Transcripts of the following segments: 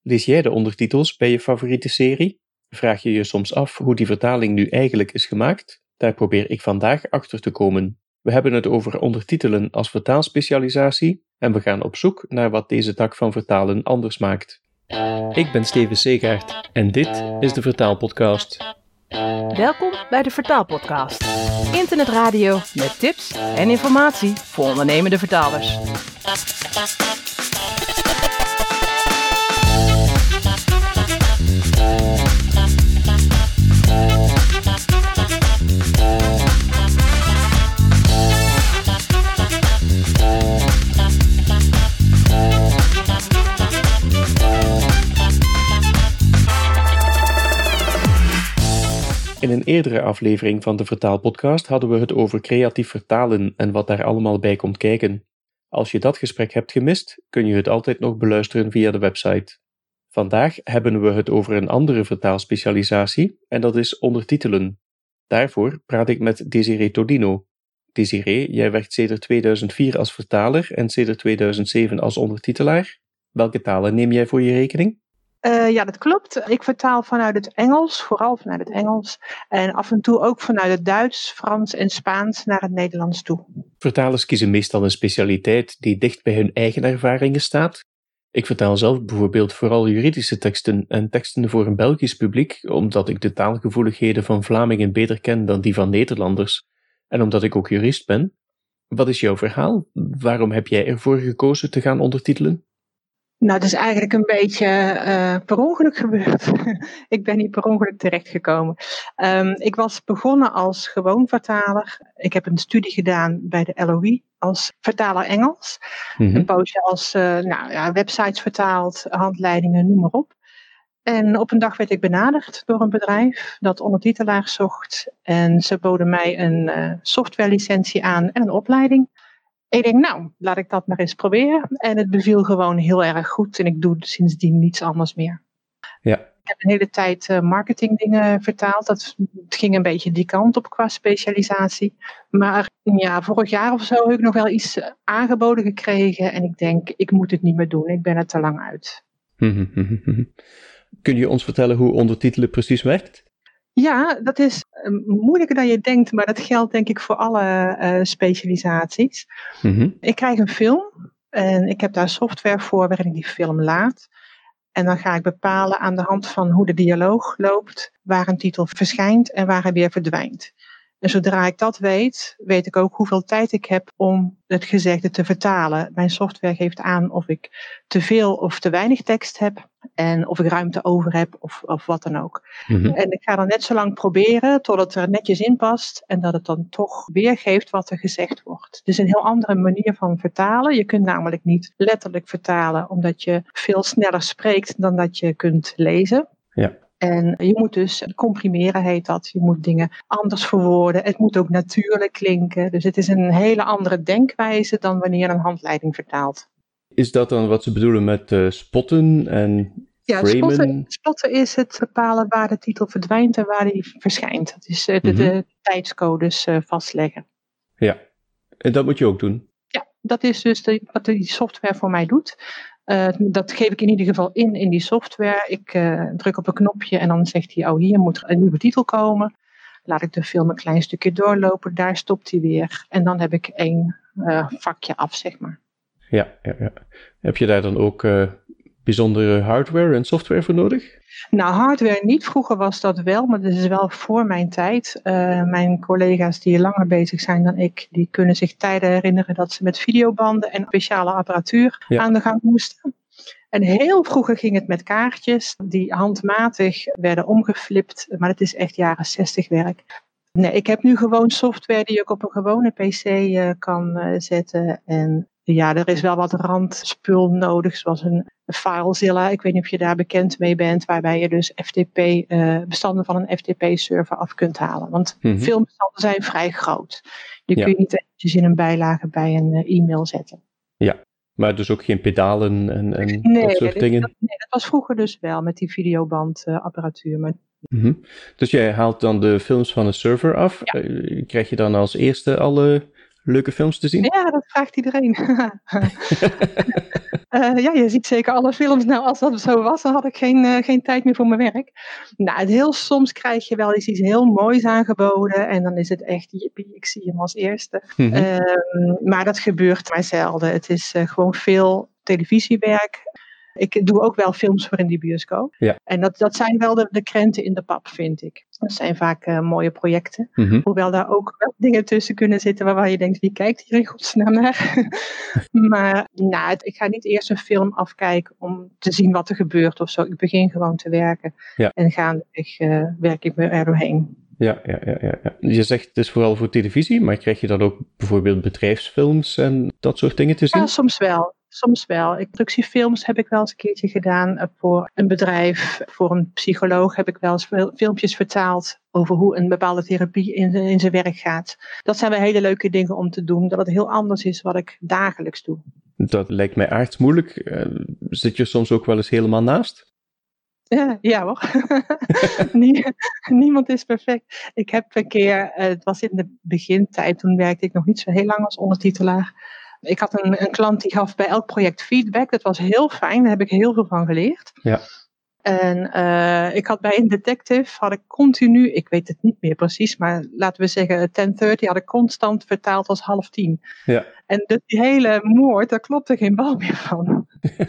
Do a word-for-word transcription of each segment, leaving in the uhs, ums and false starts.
Lees jij de ondertitels bij je favoriete serie? Vraag je je soms af hoe die vertaling nu eigenlijk is gemaakt? Daar probeer ik vandaag achter te komen. We hebben het over ondertitelen als vertaalspecialisatie en we gaan op zoek naar wat deze tak van vertalen anders maakt. Ik ben Steven Segaert en dit is de Vertaalpodcast. Welkom bij de Vertaalpodcast. Internetradio met tips en informatie voor ondernemende vertalers. In een eerdere aflevering van de Vertaalpodcast hadden we het over creatief vertalen en wat daar allemaal bij komt kijken. Als je dat gesprek hebt gemist, kun je het altijd nog beluisteren via de website. Vandaag hebben we het over een andere vertaalspecialisatie en dat is ondertitelen. Daarvoor praat ik met Desiree Todino. Desiree, jij werkt sedert tweeduizend vier als vertaler en sedert tweeduizend zeven als ondertitelaar. Welke talen neem jij voor je rekening? Uh, ja, dat klopt. Ik vertaal vanuit het Engels, vooral vanuit het Engels. En af en toe ook vanuit het Duits, Frans en Spaans naar het Nederlands toe. Vertalers kiezen meestal een specialiteit die dicht bij hun eigen ervaringen staat. Ik vertaal zelf bijvoorbeeld vooral juridische teksten en teksten voor een Belgisch publiek, omdat ik de taalgevoeligheden van Vlamingen beter ken dan die van Nederlanders. En omdat ik ook jurist ben. Wat is jouw verhaal? Waarom heb jij ervoor gekozen te gaan ondertitelen? Nou, het is eigenlijk een beetje uh, per ongeluk gebeurd. Ik ben niet per ongeluk terechtgekomen. Um, ik was begonnen als gewoon vertaler. Ik heb een studie gedaan bij de L O I als vertaler Engels. Mm-hmm. Een poosje als uh, nou, ja, websites vertaald, handleidingen, noem maar op. En op een dag werd ik benaderd door een bedrijf dat ondertitelaars zocht. En ze boden mij een uh, softwarelicentie aan en een opleiding. Ik denk, nou, laat ik dat maar eens proberen. En het beviel gewoon heel erg goed. En ik doe sindsdien niets anders meer. Ja. Ik heb een hele tijd uh, marketingdingen vertaald. Dat het ging een beetje die kant op qua specialisatie. Maar ja, vorig jaar of zo heb ik nog wel iets aangeboden gekregen. En ik denk, ik moet het niet meer doen. Ik ben er te lang uit. Kun je ons vertellen hoe ondertitelen precies werkt? Ja, dat is uh, moeilijker dan je denkt, maar dat geldt denk ik voor alle uh, specialisaties. Mm-hmm. Ik krijg een film en ik heb daar software voor waarin ik die film laad. En dan ga ik bepalen aan de hand van hoe de dialoog loopt, waar een titel verschijnt en waar hij weer verdwijnt. En zodra ik dat weet, weet ik ook hoeveel tijd ik heb om het gezegde te vertalen. Mijn software geeft aan of ik te veel of te weinig tekst heb. En of ik ruimte over heb of, of wat dan ook. Mm-hmm. En ik ga dan net zo lang proberen totdat het er netjes in past. En dat het dan toch weergeeft wat er gezegd wordt. Het is een heel andere manier van vertalen. Je kunt namelijk niet letterlijk vertalen. Omdat je veel sneller spreekt dan dat je kunt lezen. Ja. En je moet dus comprimeren heet dat. Je moet dingen anders verwoorden. Het moet ook natuurlijk klinken. Dus het is een hele andere denkwijze dan wanneer je een handleiding vertaalt. Is dat dan wat ze bedoelen met uh, spotten en ja, framen? Spotten, spotten is het bepalen waar de titel verdwijnt en waar die verschijnt. Dat is uh, de, mm-hmm. de tijdscodes uh, vastleggen. Ja, en dat moet je ook doen? Ja, dat is dus de, wat die software voor mij doet. Uh, dat geef ik in ieder geval in in die software. Ik uh, druk op een knopje en dan zegt hij, oh hier moet er een nieuwe titel komen. Laat ik de film een klein stukje doorlopen, daar stopt hij weer. En dan heb ik één uh, vakje af, zeg maar. Ja, ja, ja. Heb je daar dan ook uh, bijzondere hardware en software voor nodig? Nou, hardware niet. Vroeger was dat wel, maar dat is wel voor mijn tijd. Uh, mijn collega's die langer bezig zijn dan ik, die kunnen zich tijden herinneren dat ze met videobanden en speciale apparatuur ja. aan de gang moesten. En heel vroeger ging het met kaartjes die handmatig werden omgeflipt, maar het is echt jaren zestig werk. Nee, ik heb nu gewoon software die ik op een gewone pc uh, kan uh, zetten en ja, er is wel wat randspul nodig, zoals een FileZilla. Ik weet niet of je daar bekend mee bent, waarbij je dus F T P, uh, bestanden van een F T P-server af kunt halen. Want mm-hmm. filmbestanden zijn vrij groot. Die ja. kun je niet eventjes in een bijlage bij een uh, e-mail zetten. Ja, maar dus ook geen pedalen en, en nee, dat soort dat, dingen? Dat, nee, dat was vroeger dus wel met die videobandapparatuur. Uh, maar... mm-hmm. Dus jij haalt dan de films van een server af. Ja. Uh, krijg je dan als eerste alle leuke films te zien? Ja, dat vraagt iedereen. Uh, ja, je ziet zeker alle films. Nou, als dat zo was, dan had ik geen, uh, geen tijd meer voor mijn werk. Nou, heel soms krijg je wel eens iets heel moois aangeboden. En dan is het echt, jippie, ik zie hem als eerste. Mm-hmm. Uh, maar dat gebeurt maar zelden. Het is uh, gewoon veel televisiewerk. Ik doe ook wel films voor in die bioscoop. Ja. En dat, dat zijn wel de, de krenten in de pap, vind ik. Dat zijn vaak uh, mooie projecten. Mm-hmm. Hoewel daar ook wel dingen tussen kunnen zitten waarvan je denkt, wie kijkt hier in godsnaam naar? Maar nou, het, ik ga niet eerst een film afkijken om te zien wat er gebeurt of zo. Ik begin gewoon te werken. Ja. En gaandeweg uh, werk ik me er doorheen. Ja, ja, ja, ja, ja. Je zegt het is vooral voor televisie, maar krijg je dan ook bijvoorbeeld bedrijfsfilms en dat soort dingen te zien? Ja, soms wel. Soms wel. Productiefilms heb ik wel eens een keertje gedaan voor een bedrijf. Voor een psycholoog heb ik wel eens filmpjes vertaald over hoe een bepaalde therapie in, in zijn werk gaat. Dat zijn wel hele leuke dingen om te doen. Dat het heel anders is wat ik dagelijks doe. Dat lijkt mij aardsmoeilijk. Uh, zit je soms ook wel eens helemaal naast? Ja, ja hoor. Nie, niemand is perfect. Ik heb een keer, uh, het was in de begintijd, toen werkte ik nog niet zo heel lang als ondertitelaar. Ik had een, een klant die gaf bij elk project feedback. Dat was heel fijn, daar heb ik heel veel van geleerd. Ja. En uh, ik had bij een detective, had ik continu, ik weet het niet meer precies, maar laten we zeggen tien dertig, had ik constant vertaald als half tien. Ja. En dus die hele moord, daar klopte geen bal meer van.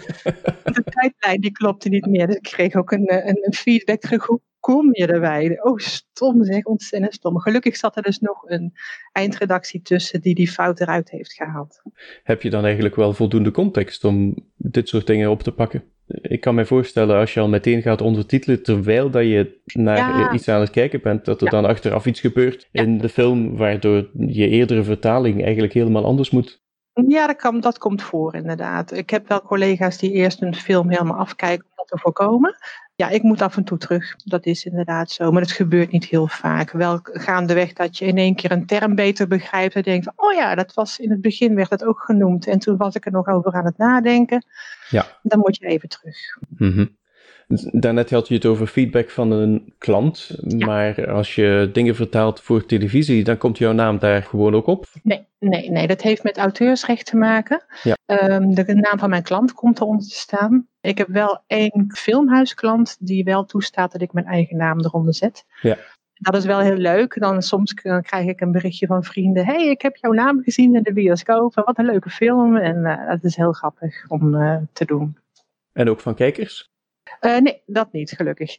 De tijdlijn die klopte niet meer. Dus ik kreeg ook een, een, een feedback terug. Hoe kom je erbij? Oh, stom zeg, ontzettend stom. Gelukkig zat er dus nog een eindredactie tussen die die fout eruit heeft gehaald. Heb je dan eigenlijk wel voldoende context om dit soort dingen op te pakken? Ik kan me voorstellen, als je al meteen gaat ondertitelen terwijl dat je naar ja. iets aan het kijken bent, dat er ja. dan achteraf iets gebeurt ja. in de film, waardoor je eerdere vertaling eigenlijk helemaal anders moet. Ja, dat, kan, dat komt voor inderdaad. Ik heb wel collega's die eerst een film helemaal afkijken om dat te voorkomen. Ja, ik moet af en toe terug. Dat is inderdaad zo, maar dat gebeurt niet heel vaak. Wel gaandeweg dat je in één keer een term beter begrijpt en denkt, oh ja, dat was in het begin werd dat ook genoemd en toen was ik er nog over aan het nadenken. Ja. Dan moet je even terug. Mm-hmm. Daarnet had je het over feedback van een klant, ja. maar als je dingen vertaalt voor televisie, dan komt jouw naam daar gewoon ook op? Nee, nee, nee. Dat heeft met auteursrecht te maken. Ja. Um, de naam van mijn klant komt eronder te staan. Ik heb wel één filmhuisklant die wel toestaat dat ik mijn eigen naam eronder zet. Ja. Dat is wel heel leuk. Dan soms krijg ik een berichtje van vrienden. Hey, ik heb jouw naam gezien in de bioscoop. Wat een leuke film. En uh, dat is heel grappig om uh, te doen. En ook van kijkers? Uh, nee, dat niet, gelukkig.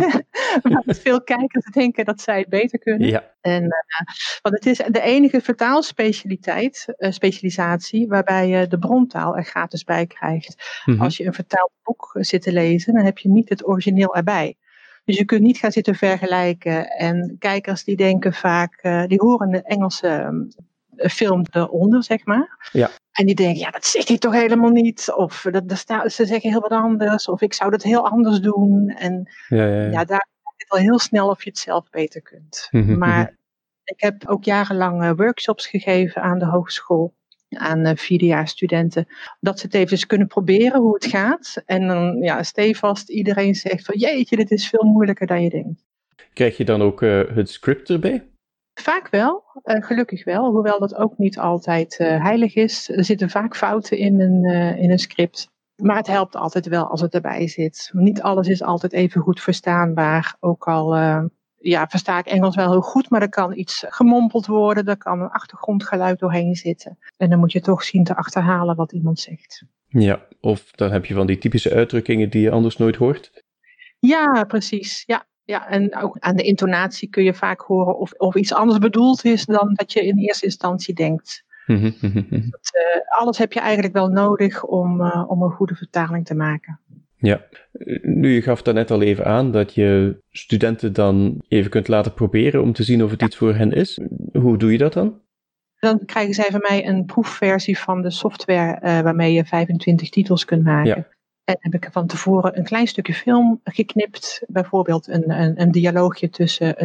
Maar veel kijkers denken dat zij het beter kunnen. Ja. En, uh, want het is de enige vertaalspecialiteit, uh, specialisatie, waarbij je de brontaal er gratis bij krijgt. Mm-hmm. Als je een vertaald boek zit te lezen, dan heb je niet het origineel erbij. Dus je kunt niet gaan zitten vergelijken. En kijkers die denken vaak, uh, die horen de Engelse uh, film eronder, zeg maar. Ja. En die denken, ja, dat zegt hij toch helemaal niet. Of dat, dat sta, ze zeggen heel wat anders. Of ik zou dat heel anders doen. En ja, ja, ja. ja daar is het al heel snel of je het zelf beter kunt. Mm-hmm, maar mm-hmm. ik heb ook jarenlang uh, workshops gegeven aan de hogeschool. Aan uh, vierdejaarsstudenten. Dat ze het even kunnen proberen hoe het gaat. En dan, ja, stevast iedereen zegt van, jeetje, dit is veel moeilijker dan je denkt. Krijg je dan ook uh, het script erbij? Vaak wel, uh, gelukkig wel, hoewel dat ook niet altijd uh, heilig is. Er zitten vaak fouten in een, uh, in een script. Maar het helpt altijd wel als het erbij zit. Niet alles is altijd even goed verstaanbaar. Ook al uh, ja, versta ik Engels wel heel goed, maar er kan iets gemompeld worden. Er kan een achtergrondgeluid doorheen zitten. En dan moet je toch zien te achterhalen wat iemand zegt. Ja, of dan heb je van die typische uitdrukkingen die je anders nooit hoort. Ja, precies, ja. Ja, en ook aan de intonatie kun je vaak horen of, of iets anders bedoeld is dan dat je in eerste instantie denkt. Mm-hmm, mm-hmm. Dat, uh, alles heb je eigenlijk wel nodig om, uh, om een goede vertaling te maken. Ja, nu je gaf daar net al even aan dat je studenten dan even kunt laten proberen om te zien of het ja. iets voor hen is. Hoe doe je dat dan? Dan krijgen zij van mij een proefversie van de software uh, waarmee je vijfentwintig titels kunt maken. Ja. En heb ik van tevoren een klein stukje film geknipt. Bijvoorbeeld een, een, een dialoogje tussen een,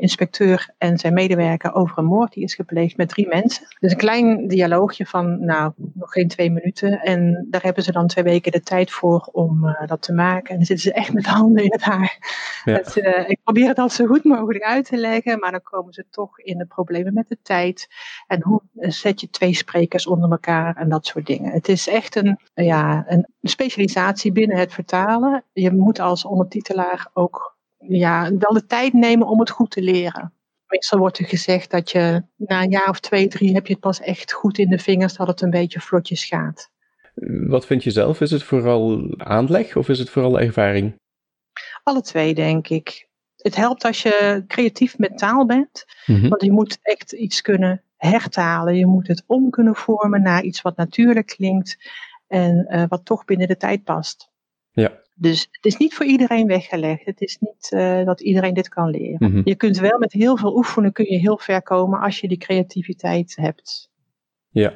inspecteur en zijn medewerker over een moord die is gepleegd met drie mensen. Dus een klein dialoogje van nou, nog geen twee minuten. En daar hebben ze dan twee weken de tijd voor om uh, dat te maken. En dan zitten ze echt met handen in het haar. Ja. Het, uh, ik probeer het al zo goed mogelijk uit te leggen, maar dan komen ze toch in de problemen met de tijd. En hoe zet je twee sprekers onder elkaar en dat soort dingen. Het is echt een, ja, een specialisatie binnen het vertalen. Je moet als ondertitelaar ook ja, wel de tijd nemen om het goed te leren. Meestal wordt er gezegd dat je na een jaar of twee, drie heb je het pas echt goed in de vingers dat het een beetje vlotjes gaat. Wat vind je zelf? Is het vooral aanleg of is het vooral ervaring? Alle twee, denk ik. Het helpt als je creatief met taal bent. Mm-hmm. Want je moet echt iets kunnen hertalen. Je moet het om kunnen vormen naar iets wat natuurlijk klinkt. En uh, wat toch binnen de tijd past. Ja. Dus het is niet voor iedereen weggelegd. Het is niet uh, dat iedereen dit kan leren. Mm-hmm. Je kunt wel met heel veel oefenen kun je heel ver komen als je die creativiteit hebt. Ja.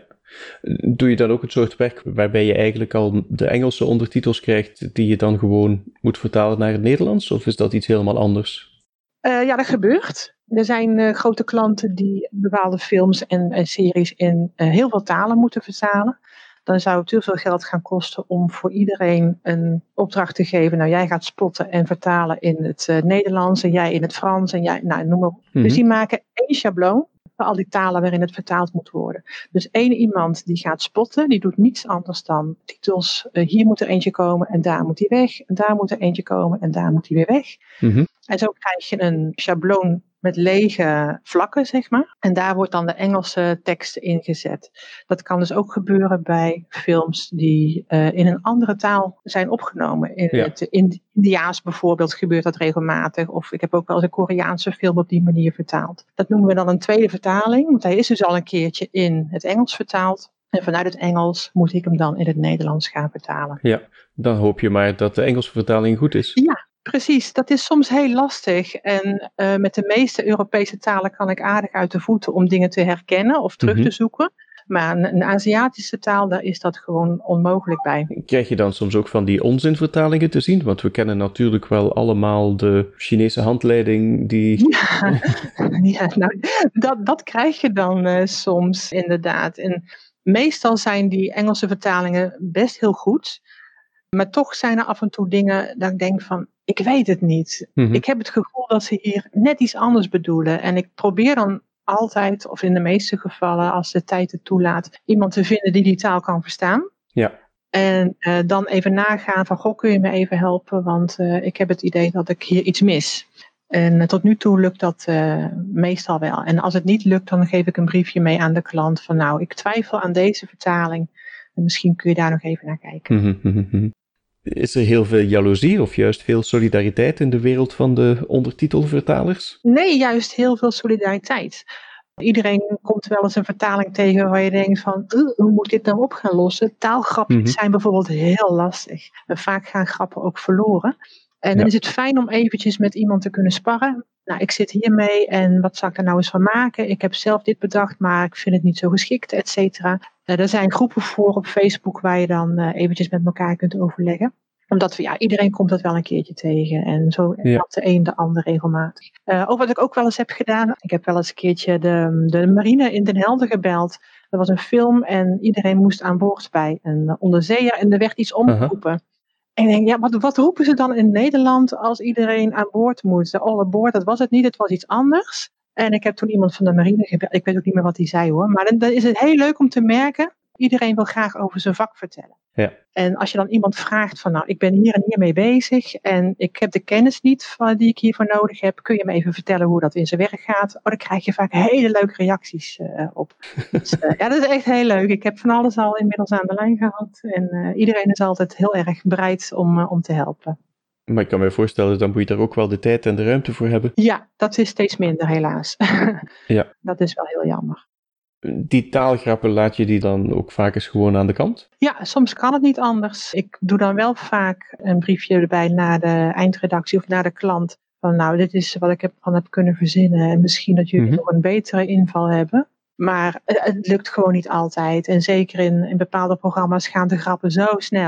Doe je dan ook het soort werk waarbij je eigenlijk al de Engelse ondertitels krijgt die je dan gewoon moet vertalen naar het Nederlands? Of is dat iets helemaal anders? Uh, ja, dat gebeurt. Er zijn uh, grote klanten die bepaalde films en, en series in uh, heel veel talen moeten vertalen. Dan zou het heel veel geld gaan kosten om voor iedereen een opdracht te geven. Nou, jij gaat spotten en vertalen in het uh, Nederlands en jij in het Frans en jij, nou, noem maar op. Mm-hmm. Dus die maken één schabloon voor al die talen waarin het vertaald moet worden. Dus één iemand die gaat spotten, die doet niets anders dan titels. Uh, hier moet er eentje komen en daar moet hij weg. En daar moet er eentje komen en daar moet hij weer weg. Mm-hmm. En zo krijg je een schabloon met lege vlakken, zeg maar. En daar wordt dan de Engelse tekst in gezet. Dat kan dus ook gebeuren bij films die uh, in een andere taal zijn opgenomen. In ja. het Indiaas bijvoorbeeld gebeurt dat regelmatig. Of ik heb ook wel eens een Koreaanse film op die manier vertaald. Dat noemen we dan een tweede vertaling. Want hij is dus al een keertje in het Engels vertaald. En vanuit het Engels moet ik hem dan in het Nederlands gaan vertalen. Ja, dan hoop je maar dat de Engelse vertaling goed is. Ja. Precies, dat is soms heel lastig. En uh, met de meeste Europese talen kan ik aardig uit de voeten om dingen te herkennen of terug mm-hmm. te zoeken. Maar een, een Aziatische taal, daar is dat gewoon onmogelijk bij. Krijg je dan soms ook van die onzinvertalingen te zien? Want we kennen natuurlijk wel allemaal de Chinese handleiding die... Ja, ja nou, dat, dat krijg je dan uh, soms inderdaad. En meestal zijn die Engelse vertalingen best heel goed. Maar toch zijn er af en toe dingen dat ik denk van, ik weet het niet. Mm-hmm. Ik heb het gevoel dat ze hier net iets anders bedoelen. En ik probeer dan altijd, of in de meeste gevallen, als de tijd het toelaat, iemand te vinden die die taal kan verstaan. Ja. En uh, dan even nagaan van, goh, kun je me even helpen? Want uh, ik heb het idee dat ik hier iets mis. En uh, tot nu toe lukt dat uh, meestal wel. En als het niet lukt, dan geef ik een briefje mee aan de klant van, nou, ik twijfel aan deze vertaling. En misschien kun je daar nog even naar kijken. Mm-hmm. Is er heel veel jaloezie of juist veel solidariteit in de wereld van de ondertitelvertalers? Nee, juist heel veel solidariteit. Iedereen komt wel eens een vertaling tegen waar je denkt van, uh, hoe moet ik dit nou op gaan lossen? Taalgrapjes mm-hmm. zijn bijvoorbeeld heel lastig. En vaak gaan grappen ook verloren. En dan ja. is het fijn om eventjes met iemand te kunnen sparren. Nou, ik zit hiermee en wat zal ik er nou eens van maken? Ik heb zelf dit bedacht, maar ik vind het niet zo geschikt, et cetera. Uh, er zijn groepen voor op Facebook waar je dan uh, eventjes met elkaar kunt overleggen. Omdat we, ja, iedereen komt dat wel een keertje tegen. En zo ja. helpt de een de ander regelmatig. Uh, ook wat ik ook wel eens heb gedaan. Ik heb wel eens een keertje de, de marine in Den Helder gebeld. Er was een film en iedereen moest aan boord bij een onderzeeër. En er werd iets omgeroepen. Uh-huh. En ik denk, ja, wat, wat roepen ze dan in Nederland als iedereen aan boord moet? De all aboard, dat was het niet, het was iets anders. En ik heb toen iemand van de marine gebeld. Ik weet ook niet meer wat hij zei hoor. Maar dan, dan is het heel leuk om te merken. Iedereen wil graag over zijn vak vertellen. Ja. En als je dan iemand vraagt van, nou, ik ben hier en hier mee bezig. En ik heb de kennis niet van, die ik hiervoor nodig heb. Kun je me even vertellen hoe dat in zijn werk gaat? Oh, dan krijg je vaak hele leuke reacties uh, op. Dus, uh, ja, dat is echt heel leuk. Ik heb van alles al inmiddels aan de lijn gehad. En uh, iedereen is altijd heel erg bereid om, uh, om te helpen. Maar ik kan me voorstellen, dan moet je daar ook wel de tijd en de ruimte voor hebben. Ja, dat is steeds minder helaas. Ja. Dat is wel heel jammer. Die taalgrappen, laat je die dan ook vaak eens gewoon aan de kant? Ja, soms kan het niet anders. Ik doe dan wel vaak een briefje erbij naar de eindredactie of naar de klant. Van nou, dit is wat ik heb, van heb kunnen verzinnen. En misschien dat jullie mm-hmm. nog een betere inval hebben. Maar het lukt gewoon niet altijd. En zeker in, in bepaalde programma's gaan de grappen zo snel.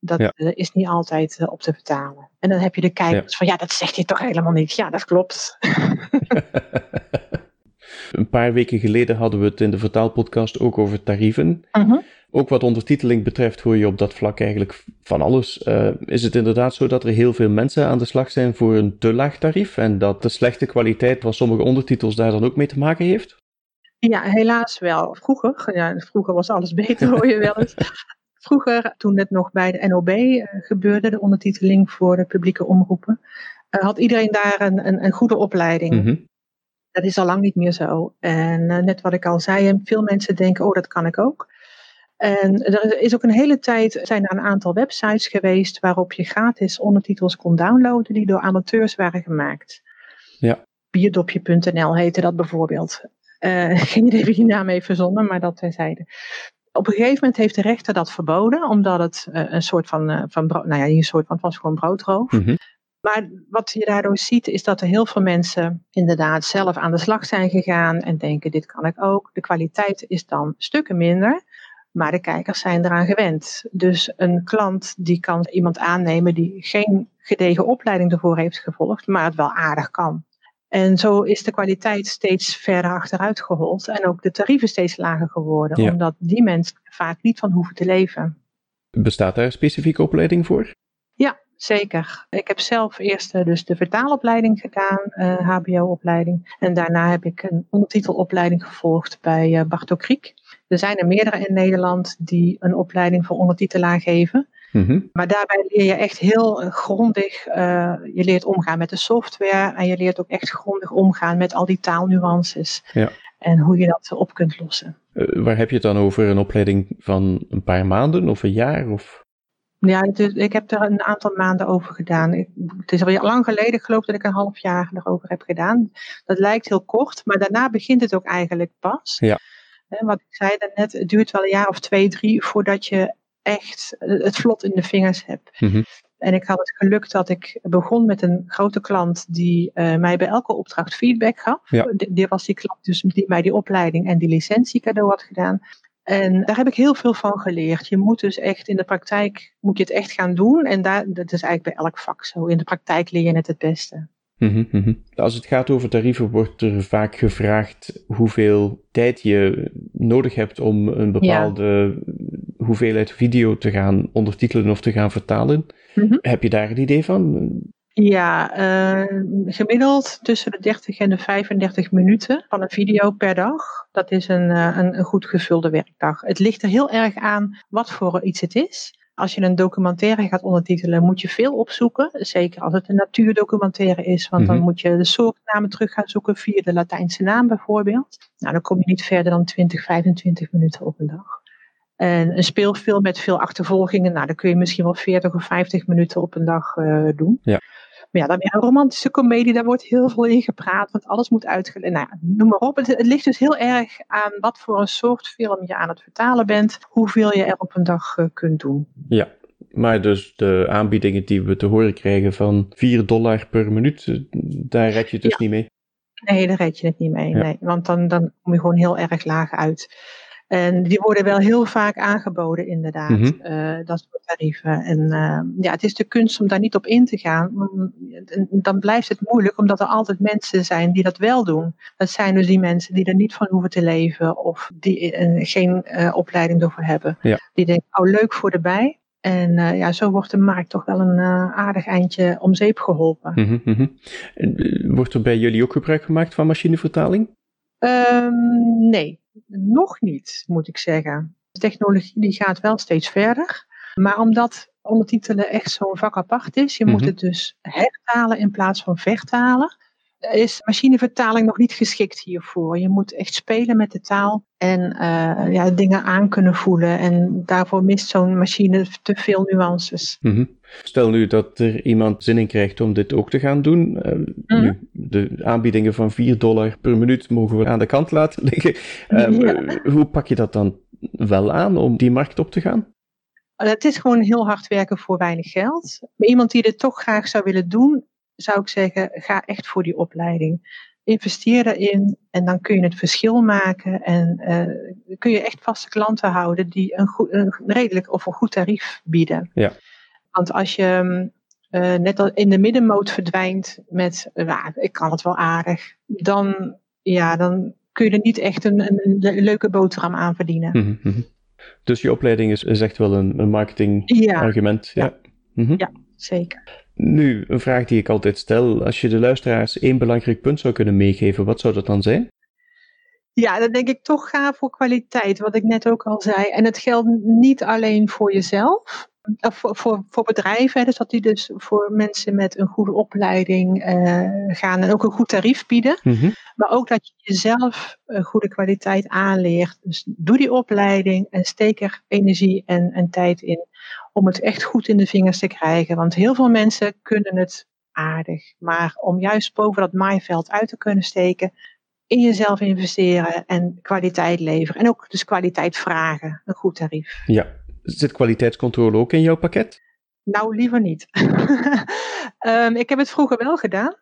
Dat ja. uh, is niet altijd uh, op te vertalen. En dan heb je de kijkers ja. van, ja, dat zegt hij toch helemaal niet. Ja, dat klopt. Een paar weken geleden hadden we het in de vertaalpodcast ook over tarieven. Uh-huh. Ook wat ondertiteling betreft hoor je op dat vlak eigenlijk van alles. Uh, is het inderdaad zo dat er heel veel mensen aan de slag zijn voor een te laag tarief en dat de slechte kwaliteit van sommige ondertitels daar dan ook mee te maken heeft? Ja, helaas wel. Vroeger, ja, vroeger was alles beter, hoor je wel eens. Vroeger, toen het nog bij de N O B uh, gebeurde, de ondertiteling voor de publieke omroepen, uh, had iedereen daar een, een, een goede opleiding. Mm-hmm. Dat is al lang niet meer zo. En uh, net wat ik al zei, veel mensen denken, oh, dat kan ik ook. En er is ook een hele tijd, zijn er een aantal websites geweest waarop je gratis ondertitels kon downloaden die door amateurs waren gemaakt. Ja. Bierdopje punt n l heette dat bijvoorbeeld. Uh, geen idee wie die naam heeft verzonnen, maar dat terzijde. Op een gegeven moment heeft de rechter dat verboden, omdat het uh, een soort van, uh, van brood, nou ja, een soort van, het was gewoon broodroof. Mm-hmm. Maar wat je daardoor ziet is dat er heel veel mensen inderdaad zelf aan de slag zijn gegaan en denken, dit kan ik ook. De kwaliteit is dan stukken minder, maar de kijkers zijn eraan gewend. Dus een klant die kan iemand aannemen die geen gedegen opleiding ervoor heeft gevolgd, maar het wel aardig kan. En zo is de kwaliteit steeds verder achteruit gehold en ook de tarieven steeds lager geworden, ja. Omdat die mensen er vaak niet van hoeven te leven. Bestaat daar een specifieke opleiding voor? Ja, zeker. Ik heb zelf eerst uh, dus de vertaalopleiding gedaan, uh, H B O-opleiding. En daarna heb ik een ondertitelopleiding gevolgd bij uh, Barto Kriek. Er zijn er meerdere in Nederland die een opleiding voor ondertitelaar geven. Mm-hmm. Maar daarbij leer je echt heel uh, grondig, uh, je leert omgaan met de software en je leert ook echt grondig omgaan met al die taalnuances. Ja. En hoe je dat op kunt lossen. Uh, waar heb je het dan over? Een opleiding van een paar maanden of een jaar? Of? Ja, het is, ik heb er een aantal maanden over gedaan. Ik, het is al lang geleden, ik geloof dat ik een half jaar erover heb gedaan. Dat lijkt heel kort, maar daarna begint het ook eigenlijk pas. Ja. En wat ik zei daarnet, het duurt wel een jaar of twee, drie voordat je echt het vlot in de vingers hebt. Mm-hmm. En ik had het geluk dat ik begon met een grote klant die uh, mij bij elke opdracht feedback gaf. Ja. Dit was die klant dus die mij die opleiding en die licentie cadeau had gedaan. En daar heb ik heel veel van geleerd. Je moet dus echt in de praktijk, moet je het echt gaan doen. En daar, dat is eigenlijk bij elk vak zo. In de praktijk leer je het het beste. Mm-hmm, mm-hmm. Als het gaat over tarieven, wordt er vaak gevraagd hoeveel tijd je nodig hebt om een bepaalde ja. hoeveelheid video te gaan ondertitelen of te gaan vertalen. Mm-hmm. Heb je daar een idee van? Ja, uh, gemiddeld tussen de dertig en de vijfendertig minuten van een video per dag. Dat is een, uh, een, een goed gevulde werkdag. Het ligt er heel erg aan wat voor iets het is. Als je een documentaire gaat ondertitelen, moet je veel opzoeken. Zeker als het een natuurdocumentaire is, want mm-hmm. dan moet je de soortnamen terug gaan zoeken via de Latijnse naam bijvoorbeeld. Nou, dan kom je niet verder dan twintig, vijfentwintig minuten op een dag. En een speelfilm met veel achtervolgingen, nou, dan kun je misschien wel veertig of vijftig minuten op een dag uh, doen. Ja. Maar ja, dan weer een romantische komedie, daar wordt heel veel in gepraat, want alles moet uitgelegd. Nou ja, noem maar op. Het, het ligt dus heel erg aan wat voor een soort film je aan het vertalen bent, hoeveel je er op een dag uh, kunt doen. Ja, maar dus de aanbiedingen die we te horen krijgen van vier dollar per minuut, daar red je het dus ja. niet mee? Nee, daar red je het niet mee, ja. nee, want dan, dan kom je gewoon heel erg laag uit. En die worden wel heel vaak aangeboden, inderdaad, mm-hmm. uh, dat soort tarieven. En uh, ja, het is de kunst om daar niet op in te gaan. Dan blijft het moeilijk, omdat er altijd mensen zijn die dat wel doen. Dat zijn dus die mensen die er niet van hoeven te leven of die uh, geen uh, opleiding ervoor hebben. Ja. Die denken, oh, leuk voor erbij. En uh, ja, zo wordt de markt toch wel een uh, aardig eindje om zeep geholpen. Mm-hmm, mm-hmm. Wordt er bij jullie ook gebruik gemaakt van machinevertaling? Um, nee. Nog niet, moet ik zeggen. De technologie die gaat wel steeds verder. Maar omdat ondertitelen echt zo'n vak apart is, je mm-hmm. moet het dus hertalen in plaats van vertalen, is machinevertaling nog niet geschikt hiervoor. Je moet echt spelen met de taal en uh, ja, dingen aan kunnen voelen. En daarvoor mist zo'n machine te veel nuances. Mm-hmm. Stel nu dat er iemand zin in krijgt om dit ook te gaan doen. Uh, mm-hmm. nu, de aanbiedingen van vier dollar per minuut mogen we aan de kant laten liggen. Uh, ja. Hoe pak je dat dan wel aan om die markt op te gaan? Het is gewoon heel hard werken voor weinig geld. Maar iemand die dit toch graag zou willen doen, zou ik zeggen, ga echt voor die opleiding. Investeer erin en dan kun je het verschil maken en uh, kun je echt vaste klanten houden die een, goed, een redelijk of een goed tarief bieden. Ja. Want als je uh, net al in de middenmoot verdwijnt met, uh, ik kan het wel aardig, dan, ja, dan kun je er niet echt een, een, een leuke boterham aan verdienen. Mm-hmm. Dus je opleiding is, is echt wel een, een marketingargument. Ja, ja. Ja. Mm-hmm. Ja, zeker. Nu, een vraag die ik altijd stel. Als je de luisteraars één belangrijk punt zou kunnen meegeven, wat zou dat dan zijn? Ja, dan denk ik toch ga voor kwaliteit, wat ik net ook al zei. En het geldt niet alleen voor jezelf, of voor, voor, voor bedrijven. Dus dat die dus voor mensen met een goede opleiding uh, gaan en ook een goed tarief bieden. Mm-hmm. Maar ook dat je jezelf een goede kwaliteit aanleert. Dus doe die opleiding en steek er energie en, en tijd in om het echt goed in de vingers te krijgen. Want heel veel mensen kunnen het aardig. Maar om juist boven dat maaiveld uit te kunnen steken, in jezelf investeren en kwaliteit leveren. En ook dus kwaliteit vragen, een goed tarief. Ja, zit kwaliteitscontrole ook in jouw pakket? Nou, liever niet. um, ik heb het vroeger wel gedaan.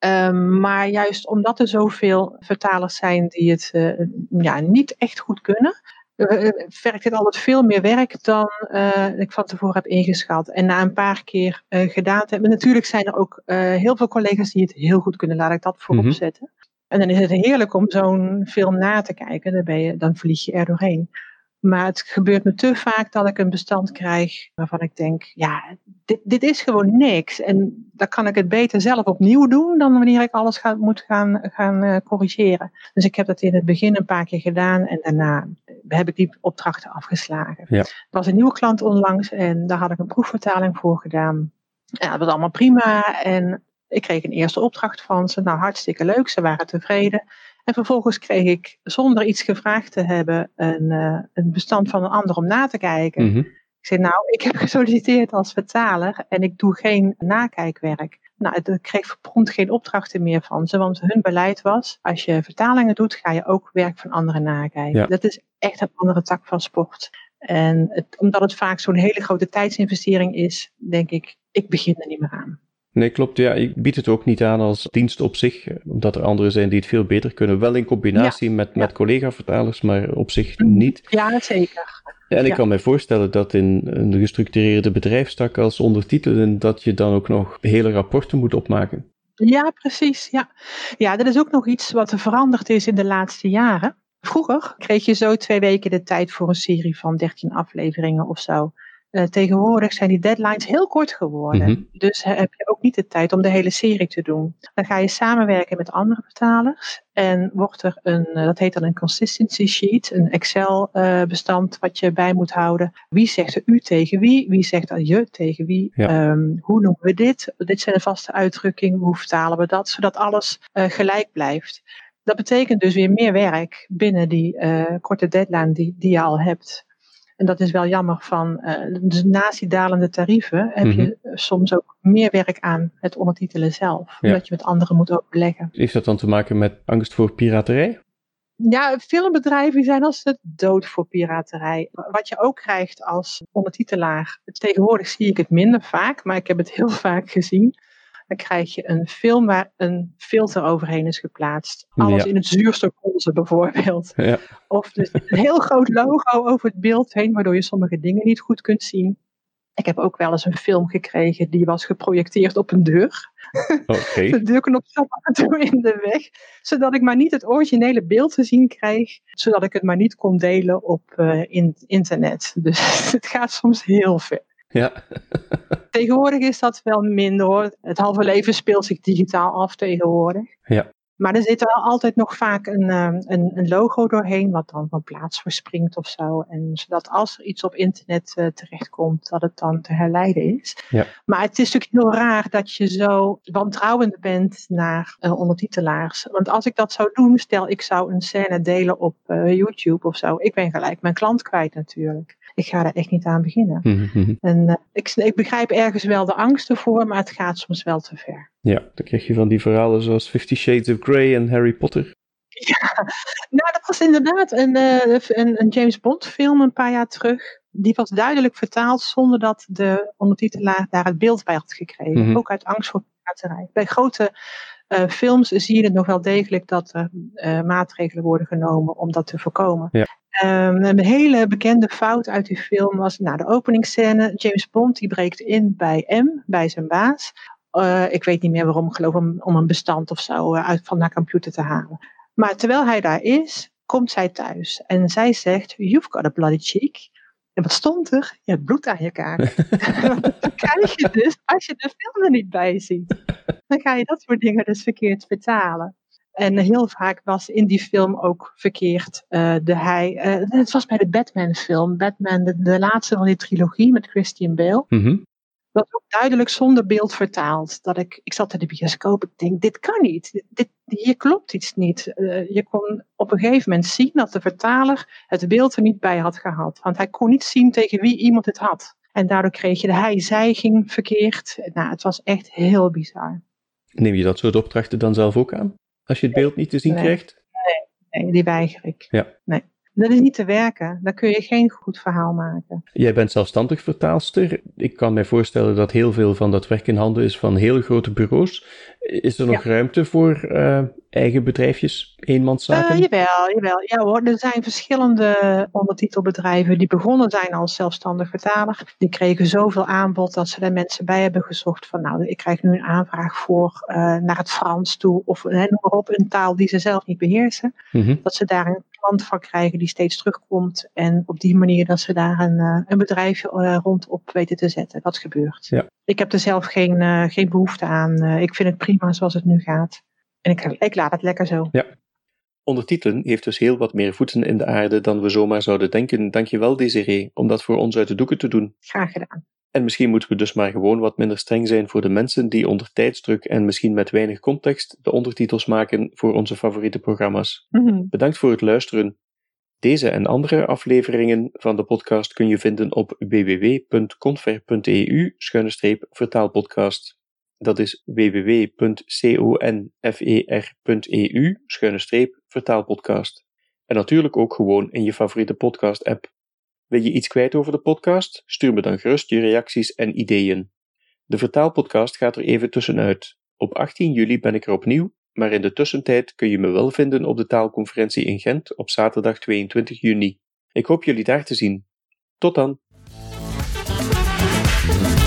Um, maar juist omdat er zoveel vertalers zijn die het uh, ja, niet echt goed kunnen, uh, vergt het altijd veel meer werk dan uh, ik van tevoren heb ingeschat. En na een paar keer uh, gedaan te hebben. Natuurlijk zijn er ook uh, heel veel collega's die het heel goed kunnen, laat ik dat voorop mm-hmm. zetten. En dan is het heerlijk om zo'n film na te kijken. Dan, ben je, dan vlieg je er doorheen. Maar het gebeurt me te vaak dat ik een bestand krijg waarvan ik denk, ja, dit, dit is gewoon niks. En dan kan ik het beter zelf opnieuw doen dan wanneer ik alles ga, moet gaan, gaan uh, corrigeren. Dus ik heb dat in het begin een paar keer gedaan en daarna heb ik die opdrachten afgeslagen. Ja. Er was een nieuwe klant onlangs en daar had ik een proefvertaling voor gedaan. Ja, dat was allemaal prima en ik kreeg een eerste opdracht van ze. Nou, hartstikke leuk, ze waren tevreden. En vervolgens kreeg ik, zonder iets gevraagd te hebben, een, uh, een bestand van een ander om na te kijken. Mm-hmm. Ik zei, nou, ik heb gesolliciteerd als vertaler en ik doe geen nakijkwerk. Nou, ik kreeg prompt geen opdrachten meer van ze, want hun beleid was, als je vertalingen doet, ga je ook werk van anderen nakijken. Ja. Dat is echt een andere tak van sport. En het, omdat het vaak zo'n hele grote tijdsinvestering is, denk ik, ik begin er niet meer aan. Nee, klopt. Ja, ik bied het ook niet aan als dienst op zich, omdat er anderen zijn die het veel beter kunnen. Wel in combinatie ja, met, ja. met collega-vertalers, maar op zich niet. Ja, zeker. En ik ja. kan me voorstellen dat in een gestructureerde bedrijfstak als ondertitelen, dat je dan ook nog hele rapporten moet opmaken. Ja, precies. Ja, ja, dat is ook nog iets wat er veranderd is in de laatste jaren. Vroeger kreeg je zo twee weken de tijd voor een serie van dertien afleveringen of zo. Uh, tegenwoordig zijn die deadlines heel kort geworden. Mm-hmm. Dus uh, heb je ook niet de tijd om de hele serie te doen. Dan ga je samenwerken met andere vertalers. En wordt er een, uh, dat heet dan een consistency sheet. Een Excel uh, bestand wat je bij moet houden. Wie zegt er u tegen wie? Wie zegt er je tegen wie? Ja. Um, hoe noemen we dit? Dit zijn de vaste uitdrukkingen. Hoe vertalen we dat? Zodat alles uh, gelijk blijft. Dat betekent dus weer meer werk binnen die uh, korte deadline die, die je al hebt. En dat is wel jammer van, uh, dus naast die dalende tarieven heb mm-hmm. je soms ook meer werk aan het ondertitelen zelf. Ja. Omdat je met anderen moet overleggen. Heeft dat dan te maken met angst voor piraterij? Ja, filmbedrijven zijn als de dood voor piraterij. Wat je ook krijgt als ondertitelaar, tegenwoordig zie ik het minder vaak, maar ik heb het heel vaak gezien. Dan krijg je een film waar een filter overheen is geplaatst. Alles ja. in het zuurstof roze bijvoorbeeld. Ja. Of dus een heel groot logo over het beeld heen, waardoor je sommige dingen niet goed kunt zien. Ik heb ook wel eens een film gekregen die was geprojecteerd op een deur. Okay. De deurknop zat af en toe in de weg. Zodat ik maar niet het originele beeld te zien kreeg. Zodat ik het maar niet kon delen op uh, in, internet. Dus het gaat soms heel ver. Ja. Tegenwoordig is dat wel minder hoor. Het halve leven speelt zich digitaal af tegenwoordig. Ja. Maar er zit wel altijd nog vaak een, een, een logo doorheen, wat dan van plaats verspringt of zo. En zodat als er iets op internet uh, terechtkomt, dat het dan te herleiden is. Ja. Maar het is natuurlijk heel raar dat je zo wantrouwend bent naar uh, ondertitelaars. Want als ik dat zou doen, stel ik zou een scène delen op uh, YouTube of zo. Ik ben gelijk mijn klant kwijt natuurlijk. Ik ga daar echt niet aan beginnen. Mm-hmm. En uh, ik, ik begrijp ergens wel de angst ervoor, maar het gaat soms wel te ver. Ja, dan krijg je van die verhalen zoals Fifty Shades of Grey en Harry Potter. Ja, nou dat was inderdaad een, uh, een, een James Bond film een paar jaar terug. Die was duidelijk vertaald zonder dat de ondertitelaar daar het beeld bij had gekregen. Mm-hmm. Ook uit angst voor piraterij. Bij grote uh, films zie je het nog wel degelijk dat er uh, maatregelen worden genomen om dat te voorkomen. Ja. Um, een hele bekende fout uit die film was, nou, de openingsscène. James Bond die breekt in bij M, bij zijn baas. Uh, ik weet niet meer waarom, ik geloof om, om een bestand of zo uh, uit van haar computer te halen. Maar terwijl hij daar is, komt zij thuis. En zij zegt, you've got a bloody cheek. En wat stond er? Je hebt bloed aan je kaak. Dat krijg je dus als je de film er niet bij ziet. Dan ga je dat soort dingen dus verkeerd vertalen. En heel vaak was in die film ook verkeerd uh, de hij. Uh, het was bij de Batman film. Batman, de, de laatste van die trilogie met Christian Bale. Mm-hmm. Dat ook duidelijk zonder beeld vertaald. Dat ik, ik zat in de bioscoop. Ik denk, dit kan niet. Dit, hier klopt iets niet. Uh, je kon op een gegeven moment zien dat de vertaler het beeld er niet bij had gehad. Want hij kon niet zien tegen wie iemand het had. En daardoor kreeg je de hij-zij ging verkeerd. Nou, het was echt heel bizar. Neem je dat soort opdrachten dan zelf ook aan? Als je het beeld niet te zien nee. krijgt? Nee, nee, die weiger ik. Ja. Nee. Dat is niet te werken. Dan kun je geen goed verhaal maken. Jij bent zelfstandig vertaalster. Ik kan mij voorstellen dat heel veel van dat werk in handen is van heel grote bureaus. Is er nog ja. ruimte voor uh, eigen bedrijfjes, eenmanszaken? Uh, jawel, jawel. Ja hoor, er zijn verschillende ondertitelbedrijven die begonnen zijn als zelfstandig vertaler. Die kregen zoveel aanbod dat ze er mensen bij hebben gezocht van nou, ik krijg nu een aanvraag voor uh, naar het Frans toe of uh, noem maar op, een taal die ze zelf niet beheersen. Mm-hmm. Dat ze daar een klant van krijgen die steeds terugkomt en op die manier dat ze daar een, uh, een bedrijfje uh, rondop weten te zetten. Dat gebeurt. Ja. Ik heb er zelf geen, uh, geen behoefte aan. Uh, ik vind het prima zoals het nu gaat. En ik, ik laat het lekker zo. Ja. Ondertitelen heeft dus heel wat meer voeten in de aarde dan we zomaar zouden denken. Dankjewel, Desiree, om dat voor ons uit de doeken te doen. Graag gedaan. En misschien moeten we dus maar gewoon wat minder streng zijn voor de mensen die onder tijdsdruk en misschien met weinig context de ondertitels maken voor onze favoriete programma's. Mm-hmm. Bedankt voor het luisteren. Deze en andere afleveringen van de podcast kun je vinden op w w w punt confer punt e u schuine streep vertaalpodcast. Dat is w w w punt confer punt e u schuine streep vertaalpodcast. En natuurlijk ook gewoon in je favoriete podcast-app. Wil je iets kwijt over de podcast? Stuur me dan gerust je reacties en ideeën. De vertaalpodcast gaat er even tussenuit. Op achttien juli ben ik er opnieuw, maar in de tussentijd kun je me wel vinden op de taalconferentie in Gent op zaterdag tweeëntwintig juni. Ik hoop jullie daar te zien. Tot dan!